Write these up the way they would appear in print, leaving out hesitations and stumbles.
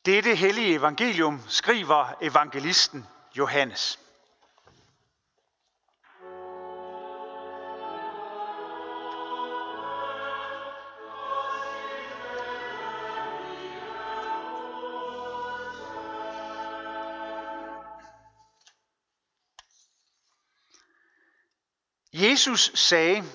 Dette hellige evangelium skriver evangelisten Johannes. Jesus sagde,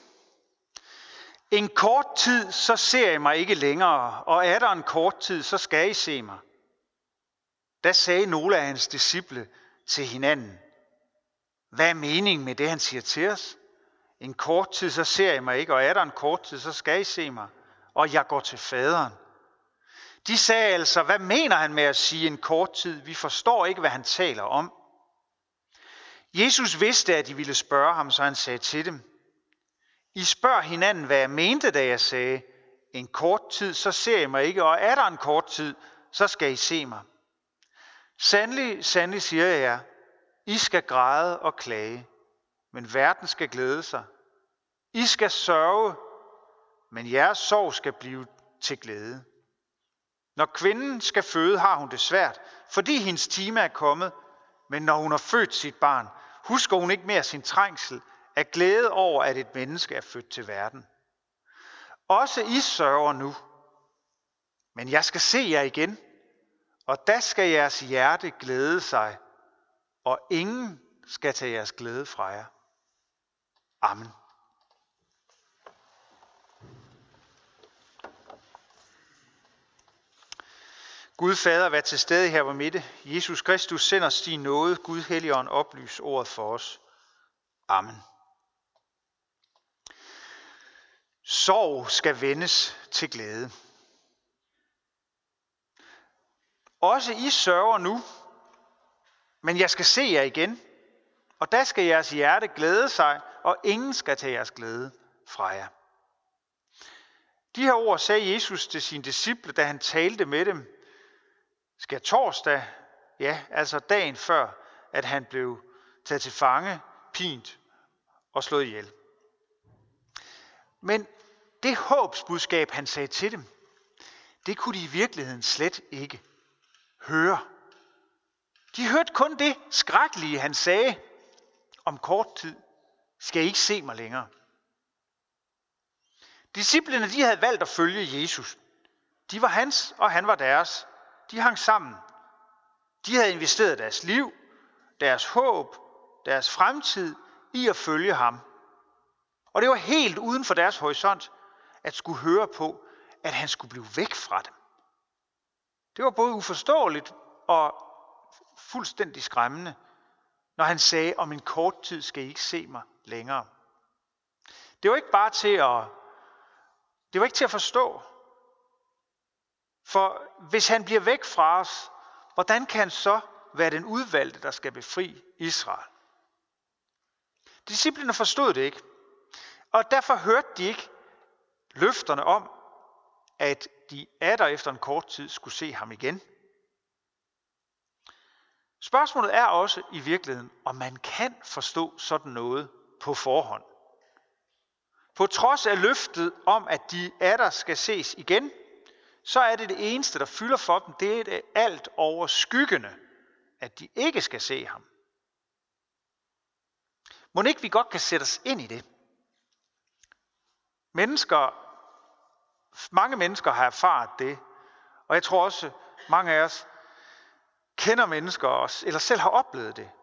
en kort tid, så ser I mig ikke længere, og er der en kort tid, så skal I se mig. Da sagde nogle af hans disciple til hinanden, hvad er meningen med det, han siger til os? En kort tid, så ser I mig ikke, og er der en kort tid, så skal I se mig, og jeg går til faderen. De sagde altså, hvad mener han med at sige en kort tid? Vi forstår ikke, hvad han taler om. Jesus vidste, at de ville spørge ham, så han sagde til dem, I spørger hinanden, hvad jeg mente, da jeg sagde, en kort tid, så ser I mig ikke, og er der en kort tid, så skal I se mig. Sandelig, sandelig siger jeg jer, I skal græde og klage, men verden skal glæde sig. I skal sørge, men jeres sorg skal blive til glæde. Når kvinden skal føde, har hun det svært, fordi hendes time er kommet, men når hun har født sit barn, husker hun ikke mere sin trængsel af glæde over, at et menneske er født til verden. Også I sørger nu, men jeg skal se jer igen, og da skal jeres hjerte glæde sig, og ingen skal tage jeres glæde fra jer. Amen. Gud Fader, vær til stede her på midte. Jesus Kristus, send os din nåde. Gud Helligånd, oplys ordet for os. Amen. Sorg skal vendes til glæde. Også I sørger nu, men jeg skal se jer igen, og da skal jeres hjerte glæde sig, og ingen skal tage jeres glæde fra jer. De her ord sagde Jesus til sine disciple, da han talte med dem, skærtorsdag, ja, altså dagen før, at han blev taget til fange, pint og slået ihjel. Men det håbsbudskab, han sagde til dem, det kunne de i virkeligheden slet ikke høre. De hørte kun det skrækkelige, han sagde, om kort tid skal I ikke se mig længere. Disciplene, de havde valgt at følge Jesus. De var hans, og han var deres. De hang sammen. De havde investeret deres liv, deres håb, deres fremtid i at følge ham. Og det var helt uden for deres horisont at skulle høre på, at han skulle blive væk fra dem. Det var både uforståeligt og fuldstændig skræmmende, når han sagde, om en kort tid skal I ikke se mig længere. Det var ikke til at forstå. For hvis han bliver væk fra os, hvordan kan han så være den udvalgte, der skal befri Israel? Disciplene forstod det ikke, og derfor hørte de ikke løfterne om, at de atter efter en kort tid skulle se ham igen. Spørgsmålet er også i virkeligheden, om man kan forstå sådan noget på forhånd. På trods af løftet om, at de atter skal ses igen, så er det eneste, der fylder for dem, det er det alt overskyggende, at de ikke skal se ham. Mon ikke vi godt kan sætte os ind i det? Mange mennesker har erfaret det, og jeg tror også, mange af os kender mennesker, eller selv har oplevet det.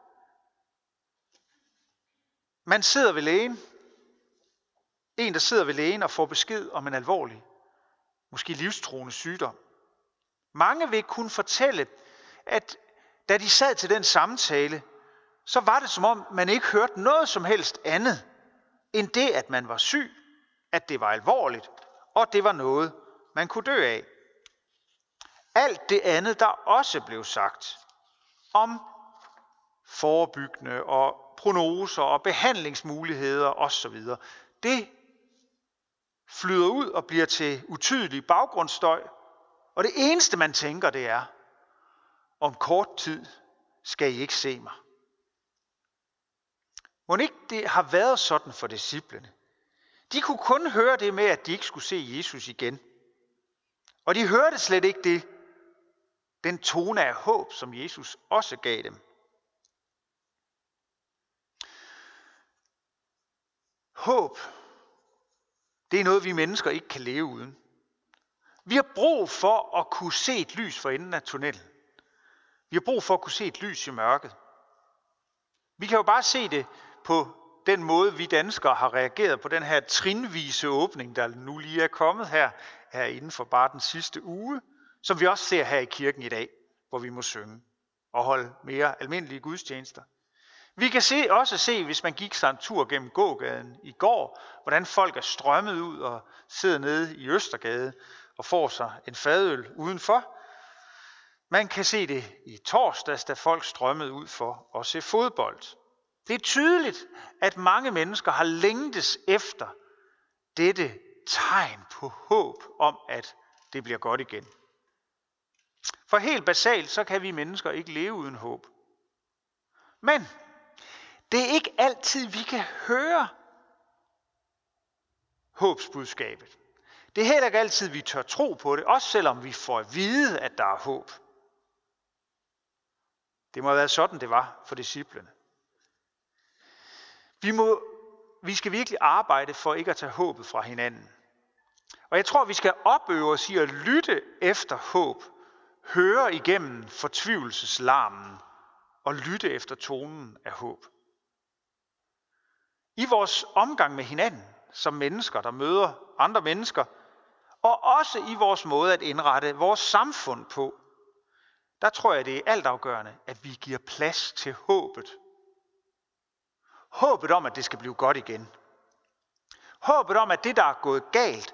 Man sidder ved lægen, en der sidder ved lægen og får besked om en alvorlig, måske livstruende sygdom. Mange vil kunne fortælle, at da de sad til den samtale, så var det som om, man ikke hørte noget som helst andet, end det, at man var syg, at det var alvorligt, og det var noget, man kunne dø af. Alt det andet, der også blev sagt om forebyggende og prognoser og behandlingsmuligheder osv., det flyder ud og bliver til utydelig baggrundsstøj, og det eneste, man tænker, det er, om kort tid skal I ikke se mig. Mon ikke det har været sådan for disciplene? De kunne kun høre det med, at de ikke skulle se Jesus igen. Og de hørte slet ikke det, Den tone af håb, som Jesus også gav dem. Håb, det er noget, vi mennesker ikke kan leve uden. Vi har brug for at kunne se et lys for enden af tunnelen. Vi har brug for at kunne se et lys i mørket. Vi kan jo bare se det på den måde, vi danskere har reageret på den her trinvise åbning, der nu lige er kommet her inden for bare den sidste uge, som vi også ser her i kirken i dag, hvor vi må synge og holde mere almindelige gudstjenester. Vi kan også se, hvis man gik sig en tur gennem gågaden i går, hvordan folk er strømmet ud og sidder nede i Østergade og får sig en fadøl udenfor. Man kan se det i torsdags, da folk strømmede ud for at se fodbold. Det er tydeligt, at mange mennesker har længtes efter dette tegn på håb om, at det bliver godt igen. For helt basalt, så kan vi mennesker ikke leve uden håb. Men det er ikke altid, vi kan høre håbsbudskabet. Det er heller ikke altid, vi tør tro på det, også selvom vi får at vide, at der er håb. Det må have været sådan, det var for disciplene. Vi skal virkelig arbejde for ikke at tage håbet fra hinanden. Og jeg tror, vi skal opøve os i at lytte efter håb, høre igennem fortvivlelseslarmen og lytte efter tonen af håb. I vores omgang med hinanden, som mennesker, der møder andre mennesker, og også i vores måde at indrette vores samfund på, der tror jeg, det er altafgørende, at vi giver plads til håbet. Håbet om, at det skal blive godt igen. Håbet om, at det, der er gået galt,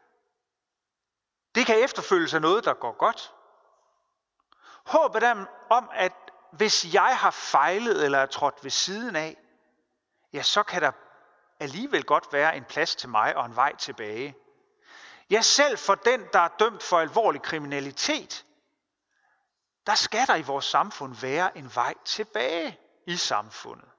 det kan efterfølges af noget, der går godt. Håbet om, at hvis jeg har fejlet eller er trådt ved siden af, ja, så kan der alligevel godt være en plads til mig og en vej tilbage. Ja, selv for den, der er dømt for alvorlig kriminalitet, der skal der i vores samfund være en vej tilbage i samfundet.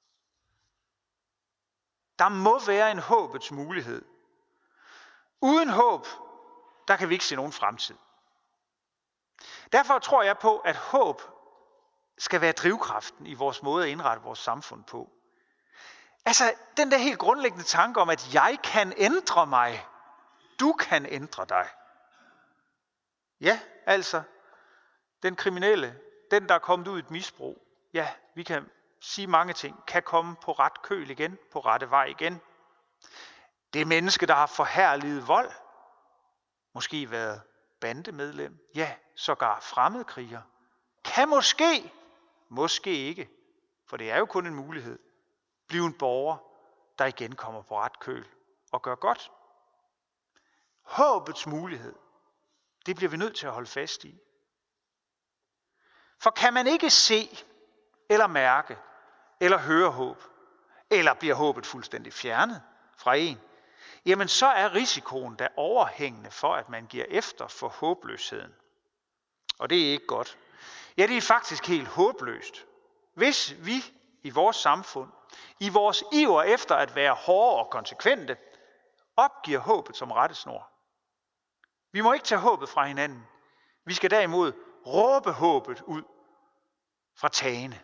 Der må være en håbets mulighed. Uden håb, der kan vi ikke se nogen fremtid. Derfor tror jeg på, at håb skal være drivkraften i vores måde at indrette vores samfund på. Altså den der helt grundlæggende tanke om, at jeg kan ændre mig, du kan ændre dig. Ja, altså den kriminelle, den der er kommet ud i et misbrug, ja, vi kan sige mange ting, kan komme på ret køl igen, på rette vej igen. Det menneske, der har forherliget vold, måske været bandemedlem, ja, sågar fremmedkriger, kan måske ikke, for det er jo kun en mulighed, blive en borger, der igen kommer på ret køl og gør godt. Håbets mulighed, det bliver vi nødt til at holde fast i. For kan man ikke se, eller mærke, eller høre håb, eller bliver håbet fuldstændig fjernet fra en, jamen så er risikoen da overhængende for, at man giver efter for håbløsheden. Og det er ikke godt. Ja, det er faktisk helt håbløst, hvis vi i vores samfund, i vores iver efter at være hårde og konsekvente, opgiver håbet som rettesnor. Vi må ikke tage håbet fra hinanden. Vi skal derimod råbe håbet ud fra tagene.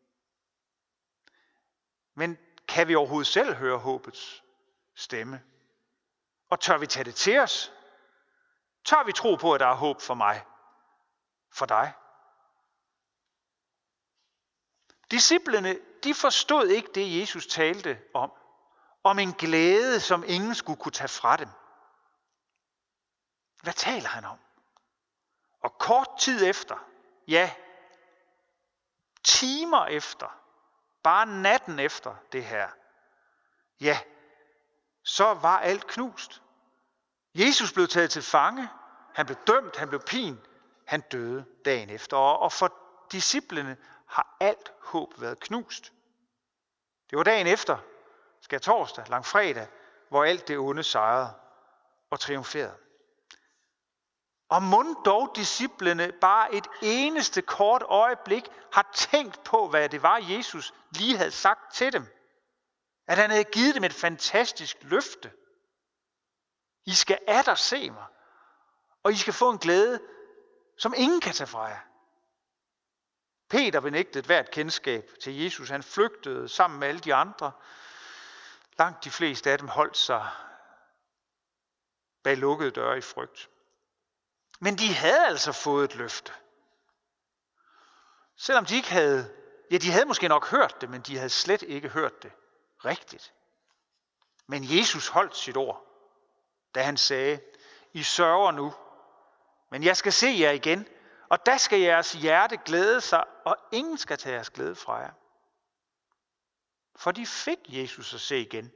Men kan vi overhovedet selv høre håbets stemme? Og tør vi tage det til os? Tør vi tro på, at der er håb for mig? For dig? Disciplene, de forstod ikke det, Jesus talte om en glæde, som ingen skulle kunne tage fra dem. Hvad taler han om? Og kort tid efter, ja, timer efter, bare natten efter det her, ja, så var alt knust. Jesus blev taget til fange, han blev dømt, han blev pint, han døde dagen efter. Og for disciplene har alt håb været knust. Det var dagen efter, skærtorsdag, langfredag, hvor alt det onde sejrede og triumferede. Og mon dog disciplene bare et eneste kort øjeblik har tænkt på, hvad det var, Jesus lige havde sagt til dem. At han havde givet dem et fantastisk løfte. I skal atter se mig, og I skal få en glæde, som ingen kan tage fra jer. Peter benægtede hvert kendskab til Jesus. Han flygtede sammen med alle de andre. Langt de fleste af dem holdt sig bag lukkede døre i frygt. Men de havde altså fået et løfte. Selvom de ikke havde, de havde måske nok hørt det, men de havde slet ikke hørt det rigtigt. Men Jesus holdt sit ord, da han sagde, I sørger nu, men jeg skal se jer igen, og der skal jeres hjerte glæde sig, og ingen skal tage jeres glæde fra jer. For de fik Jesus at se igen.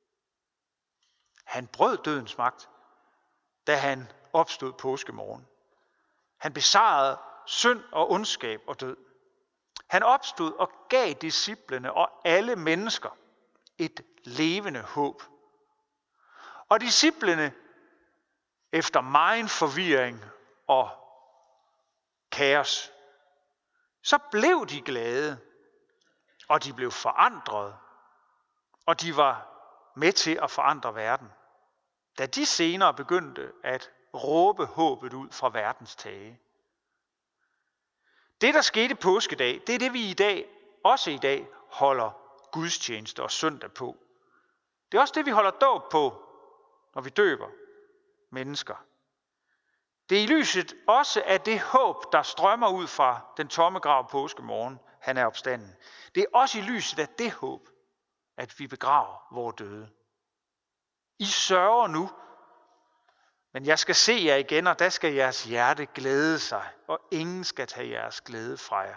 Han brød dødens magt, da han opstod påskemorgen. Han besejrede synd og ondskab og død. Han opstod og gav disciplene og alle mennesker et levende håb. Og disciplene, efter megen forvirring og kaos, så blev de glade, og de blev forandret, og de var med til at forandre verden, da de senere begyndte at råbe håbet ud fra verdens tage. Det, der skete påskedag, det er det, vi også i dag holder gudstjeneste og søndag på. Det er også det, vi holder dåb på, når vi døber mennesker. Det er i lyset også af det håb, der strømmer ud fra den tomme grav påskemorgen, han er opstanden. Det er også i lyset af det håb, at vi begraver vores døde. I sørger nu, men jeg skal se jer igen, og der skal jeres hjerte glæde sig, og ingen skal tage jeres glæde fra jer.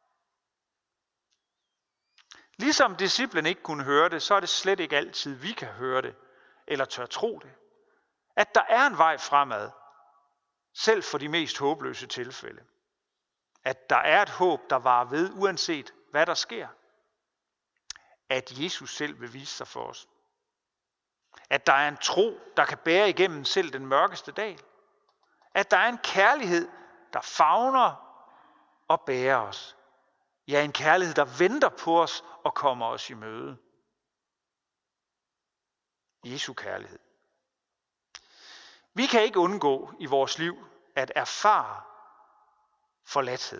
Ligesom disciplen ikke kunne høre det, så er det slet ikke altid, vi kan høre det, eller tør tro det. At der er en vej fremad, selv for de mest håbløse tilfælde. At der er et håb, der varer ved, uanset hvad der sker. At Jesus selv vil vise sig for os. At der er en tro, der kan bære igennem selv den mørkeste dal. At der er en kærlighed, der favner og bærer os. Ja, en kærlighed, der venter på os og kommer os i møde. Jesu kærlighed. Vi kan ikke undgå i vores liv at erfare forladthed.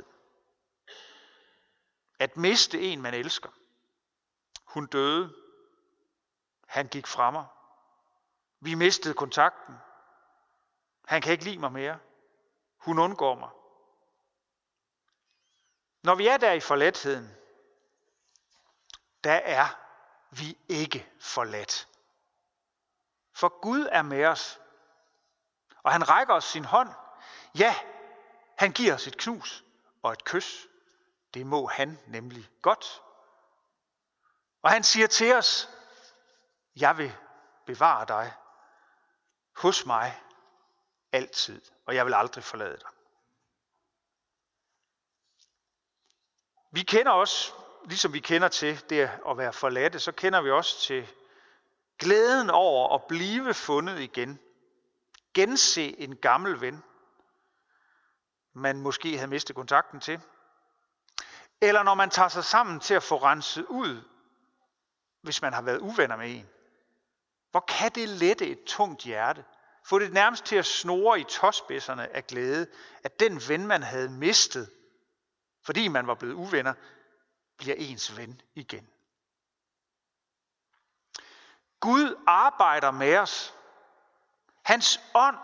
At miste en, man elsker. Hun døde. Han gik fra mig. Vi mistede kontakten. Han kan ikke lide mig mere. Hun undgår mig. Når vi er der i forladtheden, der er vi ikke forladt. For Gud er med os, og han rækker os sin hånd. Ja, han giver os et knus og et kys. Det må han nemlig godt. Og han siger til os, jeg vil bevare dig hos mig altid, og jeg vil aldrig forlade dig. Vi kender også, ligesom vi kender til det at være forladte, så kender vi også til glæden over at blive fundet igen. Gense en gammel ven, man måske havde mistet kontakten til. Eller når man tager sig sammen til at få renset ud, hvis man har været uvenner med en. Hvor kan det lette et tungt hjerte? Få det nærmest til at snore i tåspidserne af glæde, at den ven, man havde mistet, fordi man var blevet uvenner, bliver ens ven igen. Gud arbejder med os. Hans ånd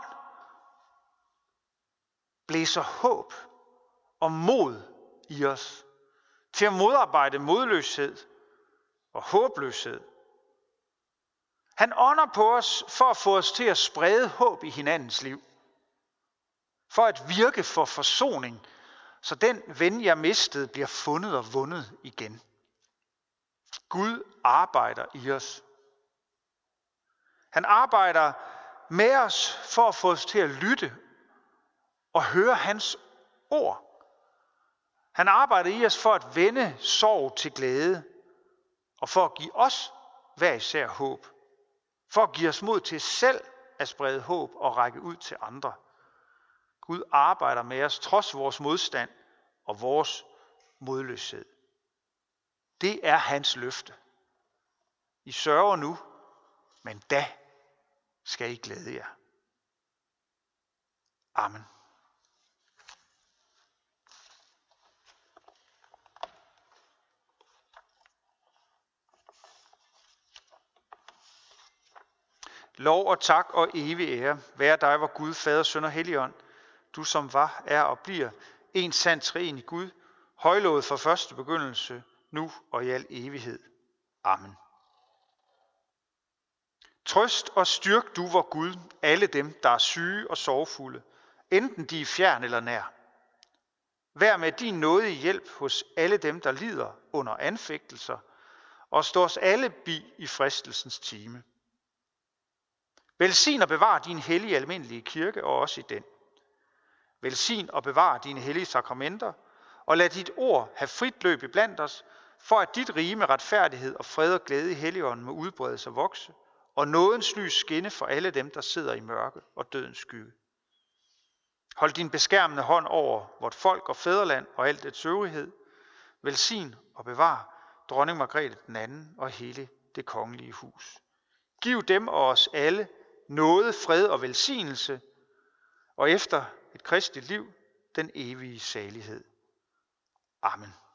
blæser håb og mod i os til at modarbejde modløshed og håbløshed. Han ånder på os for at få os til at sprede håb i hinandens liv. For at virke for forsoning, så den ven, jeg mistede, bliver fundet og vundet igen. Gud arbejder i os. Han arbejder med os for at få os til at lytte og høre hans ord. Han arbejder i os for at vende sorg til glæde og for at give os hver især håb. For at give os mod til selv at sprede håb og række ud til andre. Gud arbejder med os trods vores modstand og vores modløshed. Det er hans løfte. I sørger nu, men da skal I glæde jer. Amen. Lov og tak og evig ære være dig, vor Gud, Fader, Søn og Helligånd, du som var, er og bliver en sand treenig Gud, højlovet fra første begyndelse, nu og i al evighed. Amen. Trøst og styrk du, vor Gud, alle dem, der er syge og sorgfulde, enten de er fjern eller nær. Vær med din nådige hjælp hos alle dem, der lider under anfægtelser, og stå os alle bi i fristelsens time. Velsign og bevar din hellige almindelige kirke, og også i den. Velsign og bevar dine hellige sakramenter, og lad dit ord have frit løb iblandt os, for at dit rige med retfærdighed og fred og glæde i Helligånden må udbredes og vokse, og nådens lys skinne for alle dem, der sidder i mørke og dødens skygge. Hold din beskærmende hånd over vort folk og fædreland og alt dets øvrighed. Velsign og bevar dronning Margrethe den anden og hele det kongelige hus. Giv dem og os alle nåde, fred og velsignelse, og efter et kristeligt liv den evige salighed. Amen.